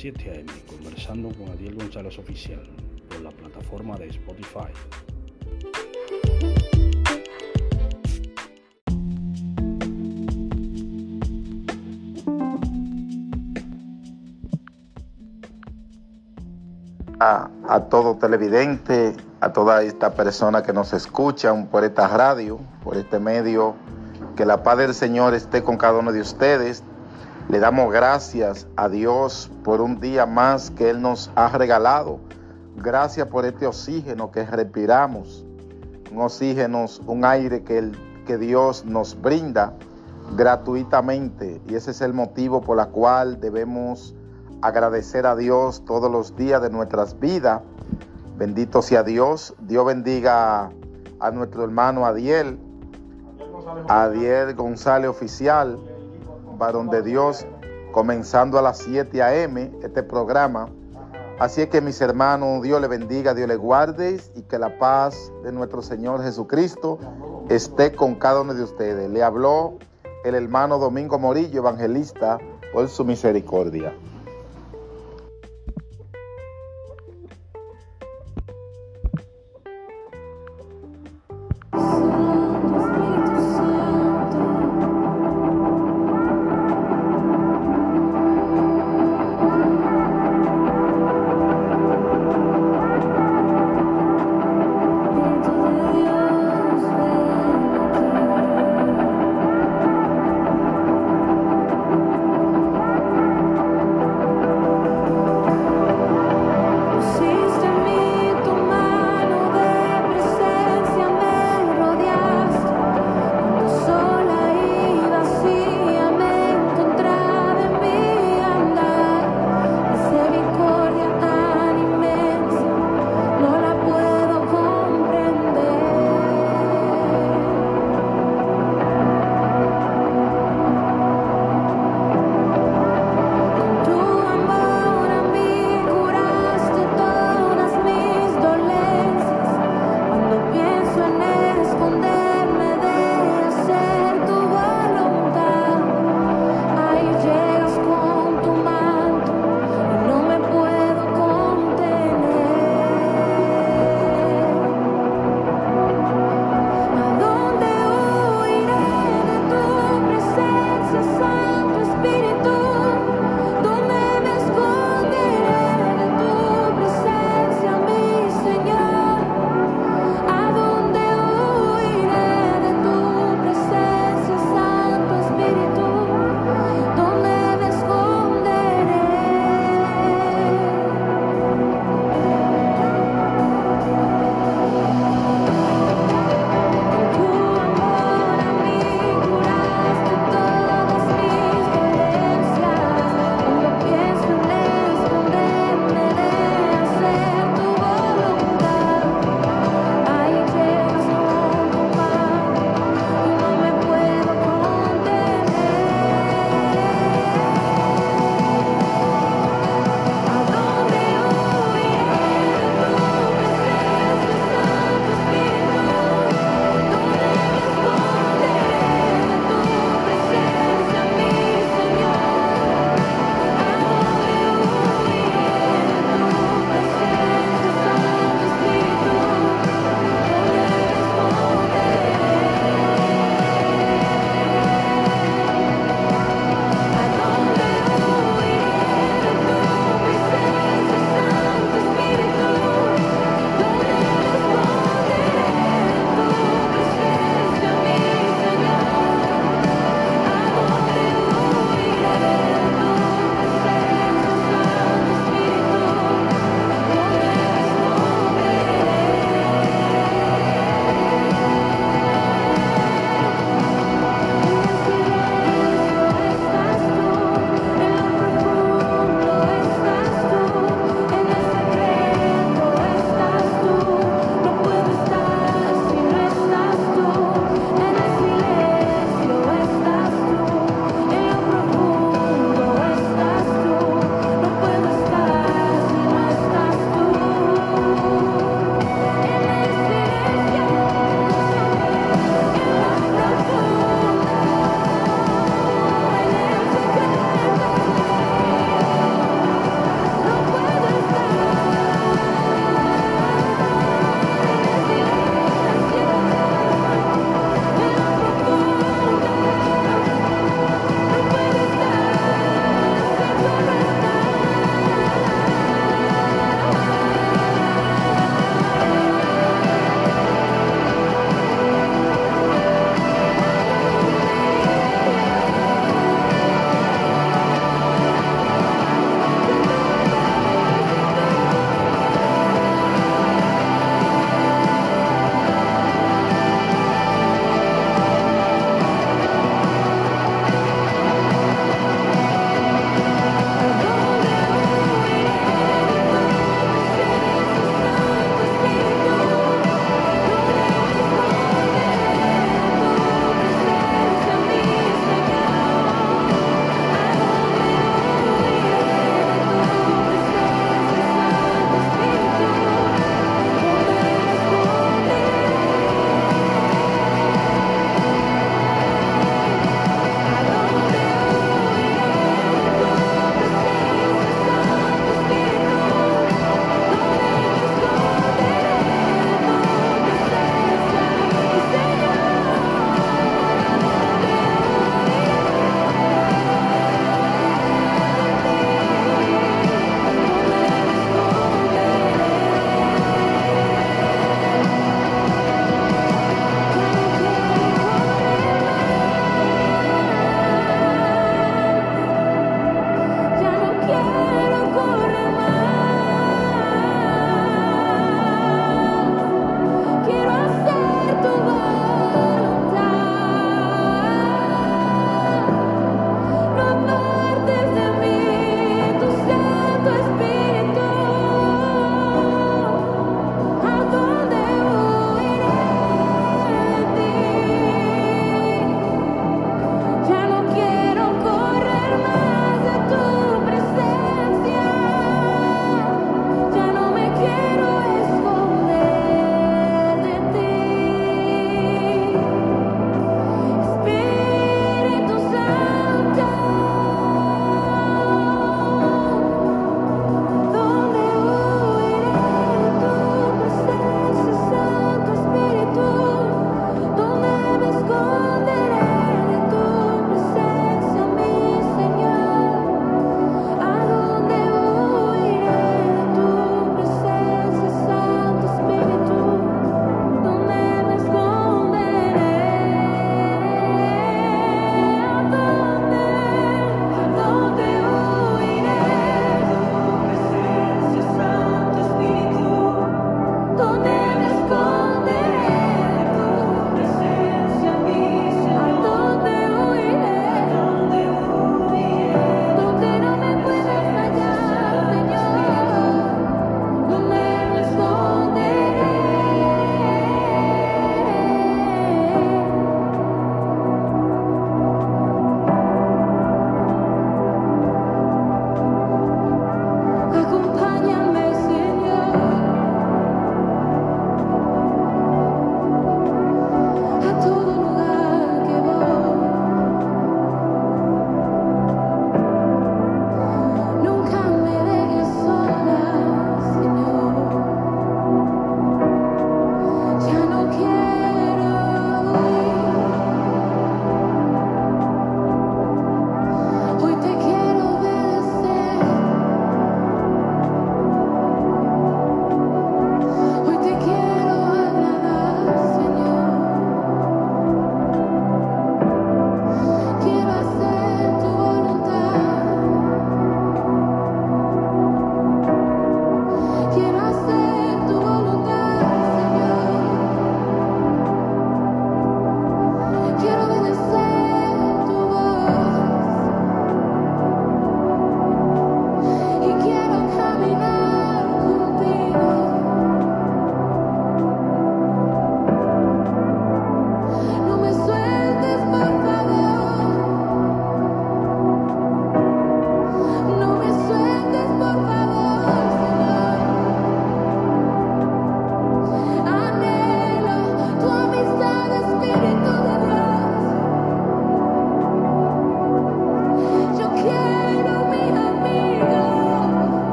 7 a.m. conversando con Adiel González Oficial por la plataforma de Spotify. A todo televidente, a toda esta persona que nos escuchan por esta radio, por este medio, que la paz del Señor esté con cada uno de ustedes. Le damos gracias a Dios por un día más que Él nos ha regalado. Gracias por este oxígeno que respiramos, un oxígeno, un aire que Dios nos brinda gratuitamente, y ese es el motivo por el cual debemos agradecer a Dios todos los días de nuestras vidas. Bendito sea Dios. Dios bendiga a nuestro hermano Adiel González Oficial, varón de Dios, comenzando a las 7 a.m. este programa. Así es que, mis hermanos, Dios le bendiga, Dios le guarde, y que la paz de nuestro Señor Jesucristo esté con cada uno de ustedes. Le habló el hermano Domingo Morillo, evangelista, por su misericordia.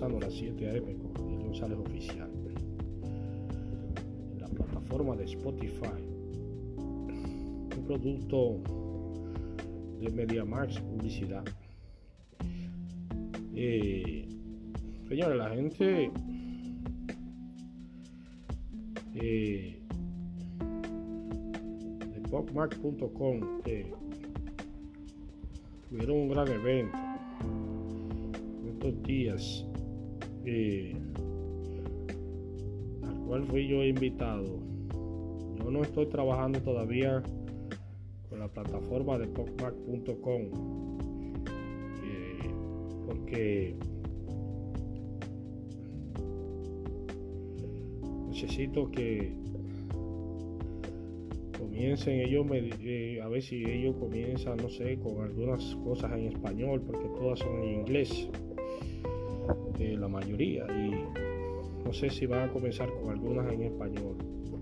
comenzando a las 7 a.m. con Adiel González Oficial. En la plataforma de Spotify, un producto de MediaMax Publicidad. Señores, la gente de PopMac.com tuvieron un gran evento en estos días, al cual fui yo invitado. Yo no estoy trabajando todavía con la plataforma de PopMac.com porque necesito que comiencen ellos, a ver si ellos comienzan, no sé, con algunas cosas en español, porque todas son en inglés, la mayoría, y no sé si van a comenzar con algunas en español.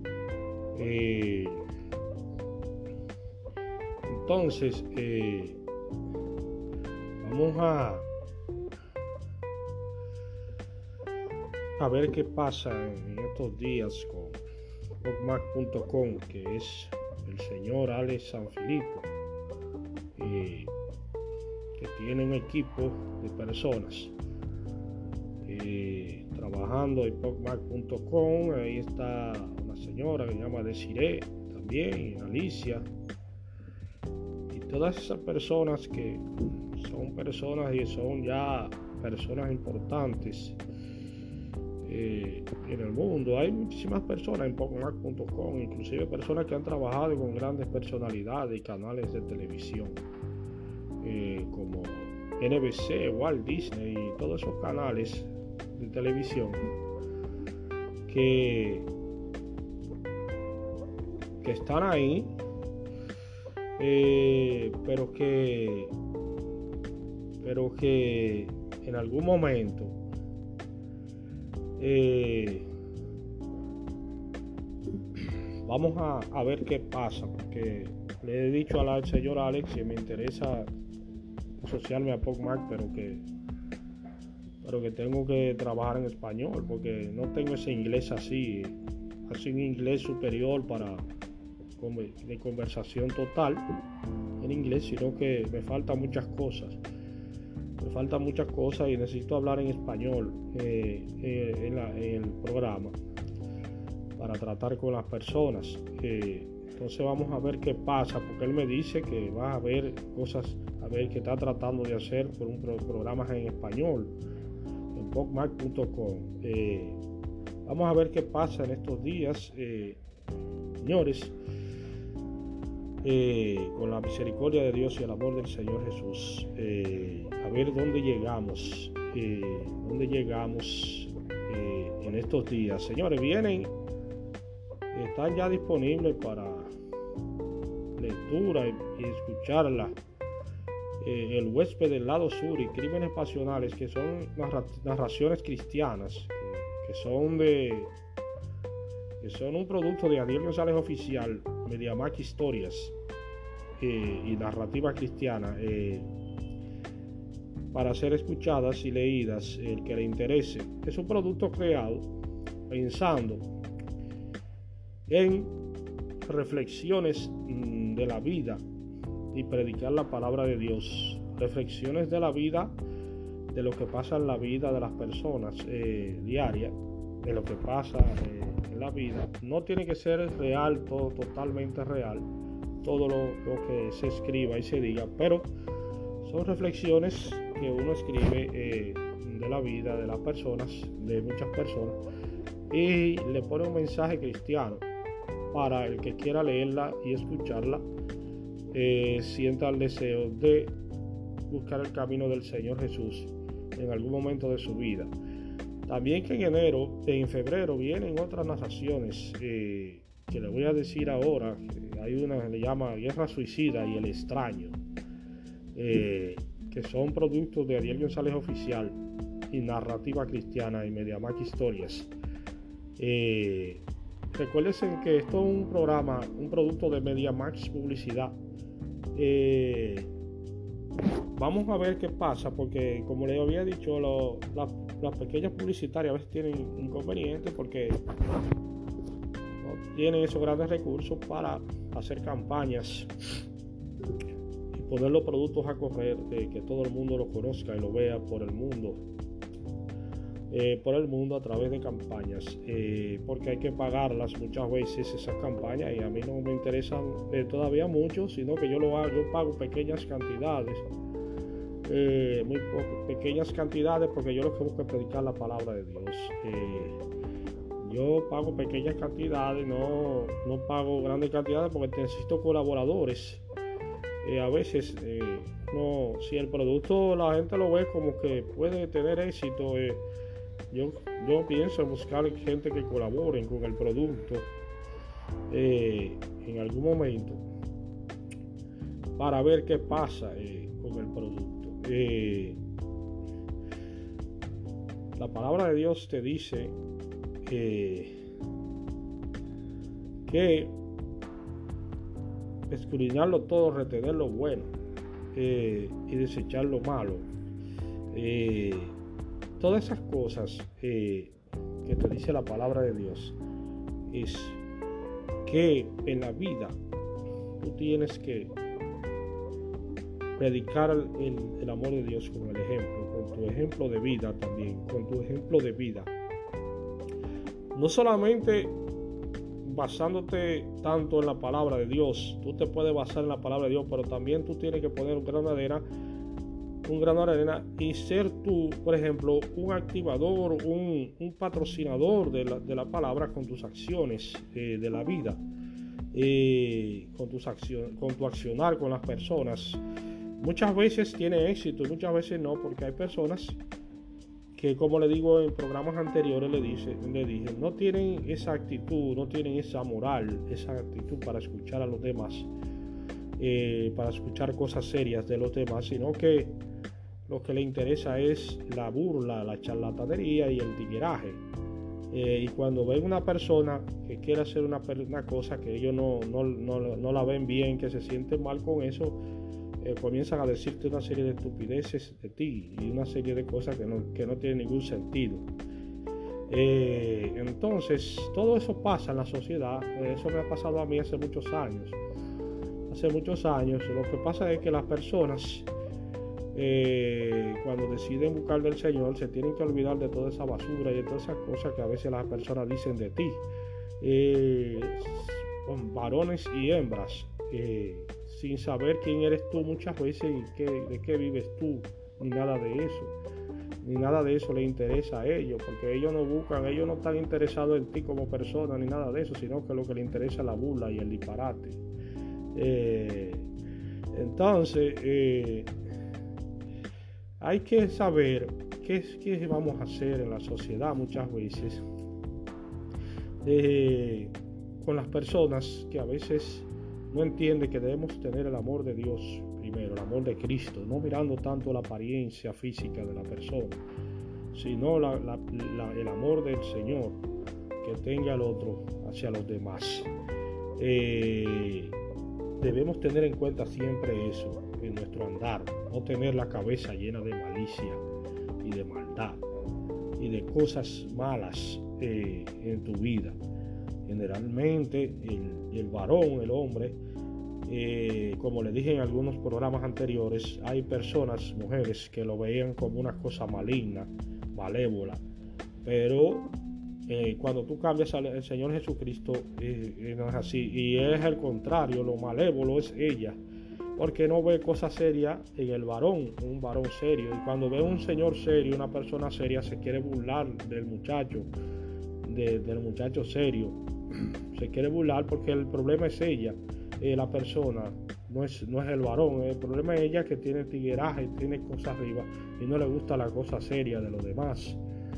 Entonces, vamos a ver qué pasa en estos días con PopMac.com, que es el señor Alex Sanfilippo, que tiene un equipo de personas trabajando en PopMac.com. Ahí está una señora que se llama Desiree también, y Alicia, y todas esas personas que son personas y son ya personas importantes en el mundo. Hay muchísimas personas en PopMac.com, inclusive personas que han trabajado con grandes personalidades y canales de televisión, como NBC, Walt Disney y todos esos canales de televisión que están ahí, pero que en algún momento vamos a ver qué pasa, porque le he dicho al señor Alex que me interesa asociarme a PopMac, pero que tengo que trabajar en español, porque no tengo ese inglés así un inglés superior de conversación total en inglés, sino que me faltan muchas cosas y necesito hablar en español en el programa para tratar con las personas. Entonces vamos a ver qué pasa, porque él me dice que va a haber cosas que está tratando de hacer por un programa en español en PopMac.com. Vamos a ver qué pasa en estos días, señores, con la misericordia de Dios y el amor del Señor Jesús. A ver dónde llegamos en estos días. Señores, están ya disponibles para lectura y escucharla. El huésped del lado sur y Crímenes Pasionales, que son narraciones cristianas, que son un producto de Adiel González Oficial, MediaMax Historias y narrativa cristiana, para ser escuchadas y leídas, el que le interese. Es un producto creado pensando en reflexiones de la vida y predicar la palabra de Dios, reflexiones de la vida, de lo que pasa en la vida de las personas diaria, de lo que pasa en la vida. No tiene que ser real, todo totalmente real, todo lo que se escriba y se diga, pero son reflexiones que uno escribe de la vida de las personas, de muchas personas, y le pone un mensaje cristiano para el que quiera leerla y escucharla. Sienta el deseo de buscar el camino del Señor Jesús en algún momento de su vida. También que en febrero vienen otras narraciones que le voy a decir ahora. Hay una que le llama Guerra Suicida y El Extraño, que son productos de Adiel González Oficial y narrativa cristiana y MediaMax Historias. Recuerden que esto es un producto de MediaMax Publicidad. Vamos a ver qué pasa, porque como les había dicho, las pequeñas publicitarias a veces tienen inconvenientes porque no tienen esos grandes recursos para hacer campañas y poner los productos a correr, que todo el mundo lo conozca y lo vea por el mundo a través de campañas, porque hay que pagarlas muchas veces esas campañas, y a mí no me interesan todavía mucho, sino que yo pago pequeñas cantidades, muy pequeñas cantidades, porque yo lo que busco es predicar la palabra de Dios. Yo pago pequeñas cantidades, no pago grandes cantidades porque necesito colaboradores. A veces si el producto la gente lo ve como que puede tener éxito, yo pienso en buscar gente que colaboren con el producto en algún momento para ver qué pasa con el producto. La palabra de Dios te dice que escudriñarlo todo, retener lo bueno y desechar lo malo. Todas esas cosas que te dice la palabra de Dios es que en la vida tú tienes que predicar el amor de Dios con el ejemplo, con tu ejemplo de vida también, con tu ejemplo de vida. No solamente basándote tanto en la palabra de Dios, tú te puedes basar en la palabra de Dios, pero también tú tienes que poner un grano de arena y ser tú, por ejemplo, un activador, un patrocinador de la palabra con tus acciones de la vida, con tu accionar con las personas. Muchas veces tiene éxito y muchas veces no, porque hay personas que, como le digo en programas anteriores, le dije, no tienen esa actitud, no tienen esa moral, esa actitud para escuchar a los demás, para escuchar cosas serias de los demás, sino que lo que le interesa es la burla, la charlatanería y el tigueraje. Y cuando ven una persona que quiere hacer una cosa que ellos no la ven bien, que se sienten mal con eso, comienzan a decirte una serie de estupideces de ti y una serie de cosas que no tienen ningún sentido. Entonces, todo eso pasa en la sociedad. Eso me ha pasado a mí hace muchos años. Lo que pasa es que las personas, cuando deciden buscar del Señor, se tienen que olvidar de toda esa basura y de todas esas cosas que a veces las personas dicen de ti, con varones y hembras, sin saber quién eres tú muchas veces y de qué vives tú, ni nada de eso les interesa a ellos, porque ellos no están interesados en ti como persona ni nada de eso, sino que lo que les interesa es la burla y el disparate. Entonces hay que saber qué vamos a hacer en la sociedad muchas veces con las personas que a veces no entienden que debemos tener el amor de Dios primero, el amor de Cristo, no mirando tanto la apariencia física de la persona, sino el amor del Señor que tenga el otro hacia los demás. Debemos tener en cuenta siempre eso en nuestro andar, no tener la cabeza llena de malicia y de maldad y de cosas malas en tu vida. Generalmente el varón, el hombre, como le dije en algunos programas anteriores, hay personas, mujeres, que lo veían como una cosa maligna, malévola, pero cuando tú cambias al Señor Jesucristo, no es así, y es el contrario, lo malévolo es ella, porque no ve cosas serias en el varón, un varón serio, y cuando ve un señor serio, una persona seria, se quiere burlar del muchacho serio, se quiere burlar porque el problema es ella, la persona, no es el varón, el problema es ella, que tiene tigueraje, tiene cosas arriba y no le gusta la cosa seria de los demás,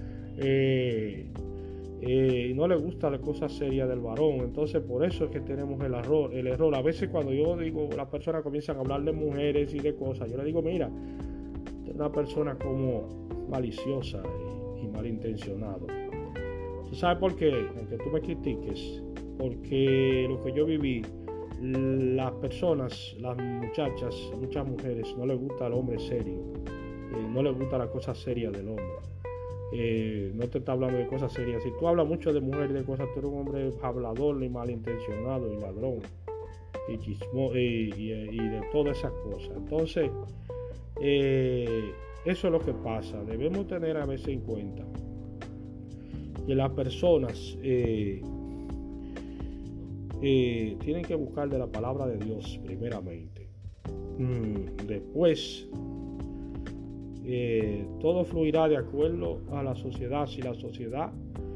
y no le gusta la cosa seria del varón. Entonces por eso es que tenemos el error. A veces cuando yo digo, las personas comienzan a hablar de mujeres y de cosas, yo le digo, mira, es una persona como maliciosa y malintencionado. ¿Tú sabes por qué? Aunque tú me critiques, porque lo que yo viví, las personas, las muchachas, muchas mujeres, no les gusta el hombre serio, no les gusta la cosa seria del hombre. no te está hablando de cosas serias. Si tú hablas mucho de mujeres y de cosas, tú eres un hombre hablador y malintencionado y ladrón y chismo y de todas esas cosas. Entonces, eso es lo que pasa. Debemos tener a veces en cuenta que las personas tienen que buscar de la palabra de Dios primeramente. Después todo fluirá de acuerdo a la sociedad. Si la sociedad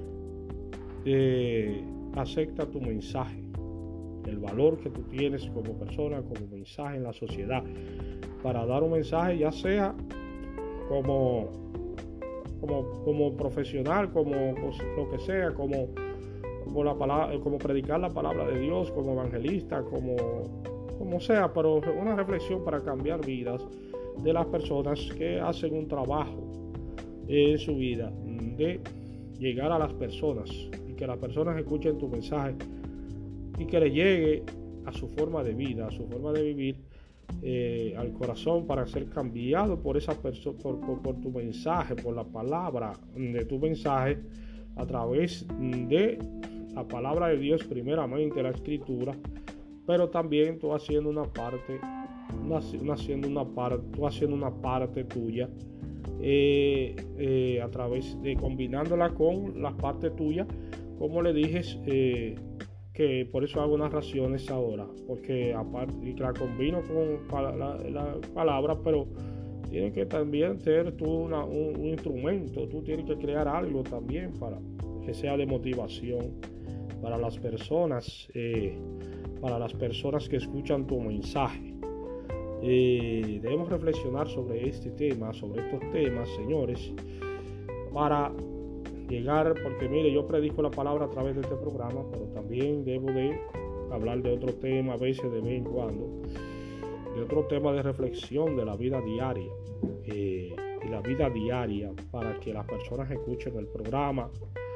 acepta tu mensaje, el valor que tú tienes como persona, como mensaje en la sociedad, para dar un mensaje, ya sea como profesional, como lo que sea, como la palabra, como predicar la palabra de Dios, como evangelista, como sea, pero una reflexión para cambiar vidas de las personas que hacen un trabajo en su vida de llegar a las personas y que las personas escuchen tu mensaje y que le llegue a su forma de vida, a su forma de vivir, al corazón, para ser cambiado por esa persona, por tu mensaje, por la palabra de tu mensaje, a través de la palabra de Dios, primeramente la escritura, pero también tú haciendo una parte tuya, a través de combinándola con la parte tuya, como le dije, que por eso hago narraciones ahora, porque aparte y la combino con la palabra, pero tienes que también tener tú un instrumento, tú tienes que crear algo también para que sea de motivación para las personas que escuchan tu mensaje. Debemos reflexionar sobre estos temas, señores, para llegar, porque mire, yo predico la palabra a través de este programa, pero también debo de hablar de otro tema a veces, de vez en cuando, de otro tema de reflexión de la vida diaria, para que las personas escuchen el programa.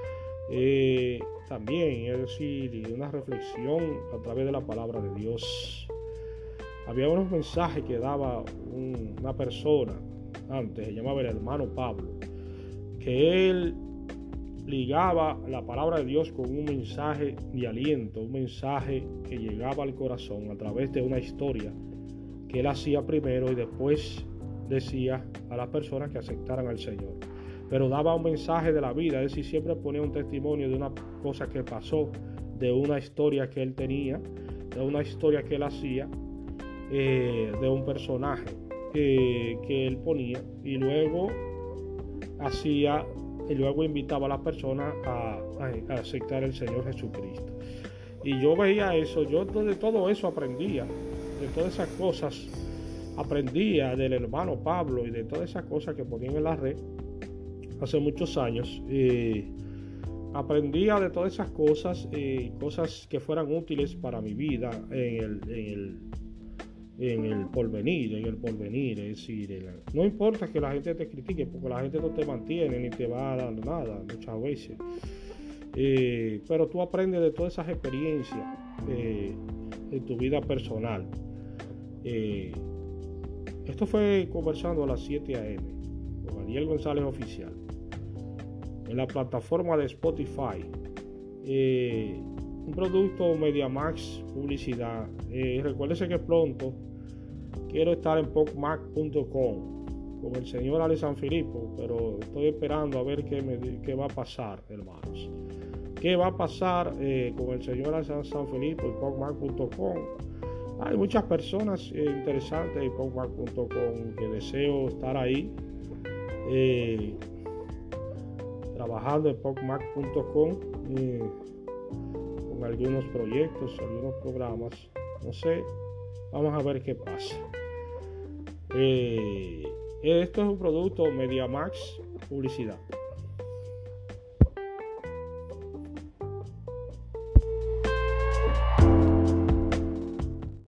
También, es decir, una reflexión a través de la palabra de Dios. Había unos mensajes que daba una persona antes, se llamaba el hermano Pablo, que él ligaba la palabra de Dios con un mensaje de aliento, un mensaje que llegaba al corazón a través de una historia que él hacía primero y después decía a las personas que aceptaran al Señor. Pero daba un mensaje de la vida, es decir, siempre ponía un testimonio de una cosa que pasó, de una historia que él tenía, de una historia que él hacía, de un personaje que él ponía, y luego invitaba a las personas a aceptar el Señor Jesucristo. Y yo veía eso, yo de todo eso aprendía, de todas esas cosas aprendía del hermano Pablo y de todas esas cosas que ponían en la red hace muchos años. Aprendía de todas esas cosas, cosas que fueran útiles para mi vida en el porvenir, es decir, no importa que la gente te critique, porque la gente no te mantiene ni te va a dar nada muchas veces, pero tú aprendes de todas esas experiencias en tu vida personal. Esto fue conversando a las 7 a.m. con Ariel González Oficial en la plataforma de Spotify, un producto MediaMax Publicidad. Recuérdese que pronto quiero estar en PocMac.com con el señor Alex Sanfilippo, pero estoy esperando a ver qué va a pasar, hermanos. ¿Qué va a pasar con el señor Alex Sanfilippo en PocMac.com? Hay muchas personas interesantes en PocMac.com que deseo estar ahí, trabajando en PocMac.com con algunos proyectos, algunos programas, no sé, vamos a ver qué pasa. Esto es un producto MediaMax Publicidad.